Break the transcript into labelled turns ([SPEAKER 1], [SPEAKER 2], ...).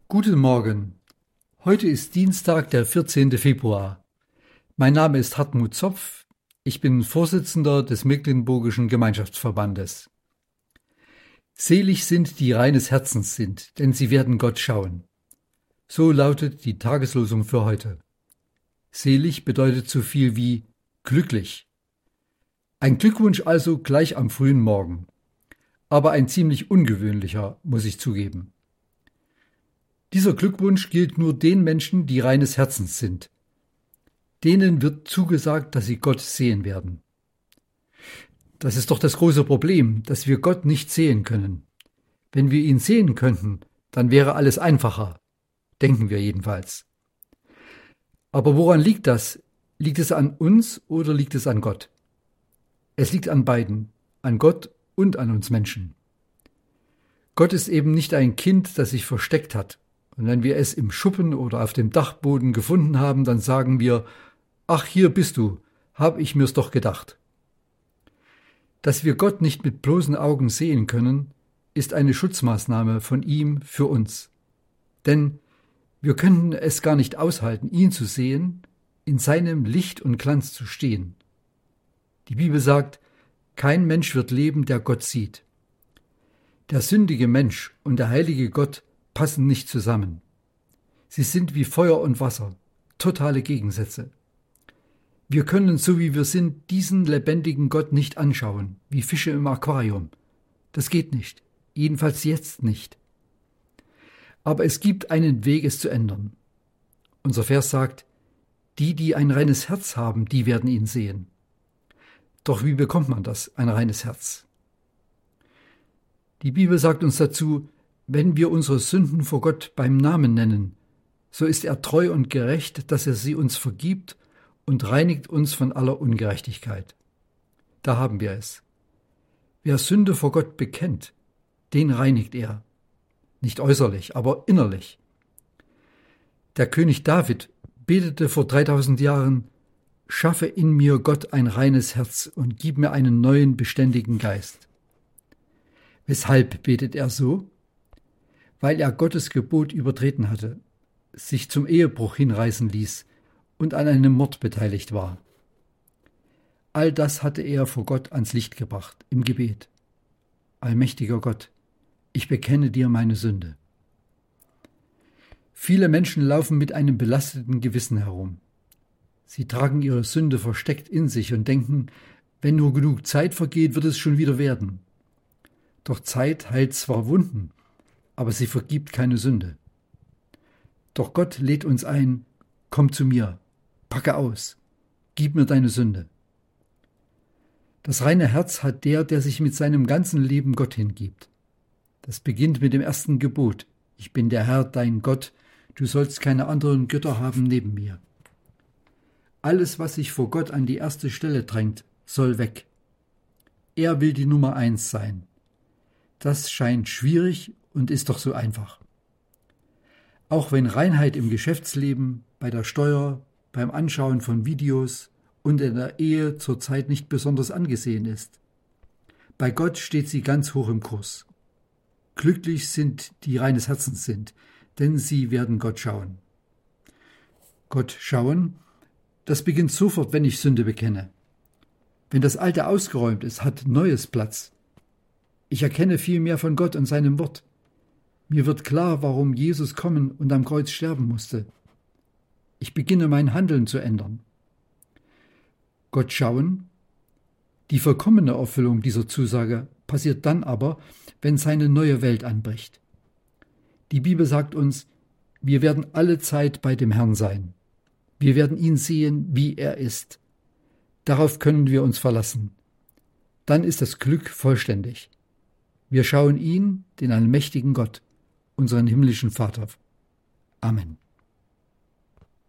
[SPEAKER 1] Guten Morgen. Heute ist Dienstag, der 14. Februar. Mein Name ist Hartmut Zopf. Ich bin Vorsitzender des Mecklenburgischen Gemeinschaftsverbandes. Selig sind, die reines Herzens sind, denn sie werden Gott schauen. So lautet die Tageslosung für heute. Selig bedeutet so viel wie glücklich. Ein Glückwunsch also gleich am frühen Morgen. Aber ein ziemlich ungewöhnlicher, muss ich zugeben. Dieser Glückwunsch gilt nur den Menschen, die reines Herzens sind. Denen wird zugesagt, dass sie Gott sehen werden. Das ist doch das große Problem, dass wir Gott nicht sehen können. Wenn wir ihn sehen könnten, dann wäre alles einfacher, denken wir jedenfalls. Aber woran liegt das? Liegt es an uns oder liegt es an Gott? Es liegt an beiden, an Gott und an uns Menschen. Gott ist eben nicht ein Kind, das sich versteckt hat. Und wenn wir es im Schuppen oder auf dem Dachboden gefunden haben, dann sagen wir, ach, hier bist du, hab ich mir's doch gedacht. Dass wir Gott nicht mit bloßen Augen sehen können, ist eine Schutzmaßnahme von ihm für uns. Denn wir könnten es gar nicht aushalten, ihn zu sehen, in seinem Licht und Glanz zu stehen. Die Bibel sagt, kein Mensch wird leben, der Gott sieht. Der sündige Mensch und der heilige Gott passen nicht zusammen. Sie sind wie Feuer und Wasser, totale Gegensätze. Wir können, so wie wir sind, diesen lebendigen Gott nicht anschauen, wie Fische im Aquarium. Das geht nicht, jedenfalls jetzt nicht. Aber es gibt einen Weg, es zu ändern. Unser Vers sagt, die ein reines Herz haben, die werden ihn sehen. Doch wie bekommt man das, ein reines Herz? Die Bibel sagt uns dazu, wenn wir unsere Sünden vor Gott beim Namen nennen, so ist er treu und gerecht, dass er sie uns vergibt und reinigt uns von aller Ungerechtigkeit. Da haben wir es. Wer Sünde vor Gott bekennt, den reinigt er. Nicht äußerlich, aber innerlich. Der König David betete vor 3000 Jahren, schaffe in mir, Gott, ein reines Herz und gib mir einen neuen, beständigen Geist. Weshalb betet er so? Weil er Gottes Gebot übertreten hatte, sich zum Ehebruch hinreißen ließ und an einem Mord beteiligt war. All das hatte er vor Gott ans Licht gebracht, im Gebet. Allmächtiger Gott, ich bekenne dir meine Sünde. Viele Menschen laufen mit einem belasteten Gewissen herum. Sie tragen ihre Sünde versteckt in sich und denken, wenn nur genug Zeit vergeht, wird es schon wieder werden. Doch Zeit heilt zwar Wunden, aber sie vergibt keine Sünde. Doch Gott lädt uns ein, komm zu mir, packe aus, gib mir deine Sünde. Das reine Herz hat der sich mit seinem ganzen Leben Gott hingibt. Das beginnt mit dem ersten Gebot, ich bin der Herr, dein Gott, du sollst keine anderen Götter haben neben mir. Alles, was sich vor Gott an die erste Stelle drängt, soll weg. Er will die Nummer 1 sein. Das scheint schwierig und ist doch so einfach. Auch wenn Reinheit im Geschäftsleben, bei der Steuer, beim Anschauen von Videos und in der Ehe zurzeit nicht besonders angesehen ist. Bei Gott steht sie ganz hoch im Kurs. Glücklich sind, die reines Herzens sind, denn sie werden Gott schauen. Gott schauen, das beginnt sofort, wenn ich Sünde bekenne. Wenn das Alte ausgeräumt ist, hat Neues Platz. Ich erkenne viel mehr von Gott und seinem Wort. Mir wird klar, warum Jesus kommen und am Kreuz sterben musste. Ich beginne mein Handeln zu ändern. Gott schauen? Die vollkommene Erfüllung dieser Zusage passiert dann aber, wenn seine neue Welt anbricht. Die Bibel sagt uns, wir werden alle Zeit bei dem Herrn sein. Wir werden ihn sehen, wie er ist. Darauf können wir uns verlassen. Dann ist das Glück vollständig. Wir schauen ihn, den allmächtigen Gott, unseren himmlischen Vater. Amen.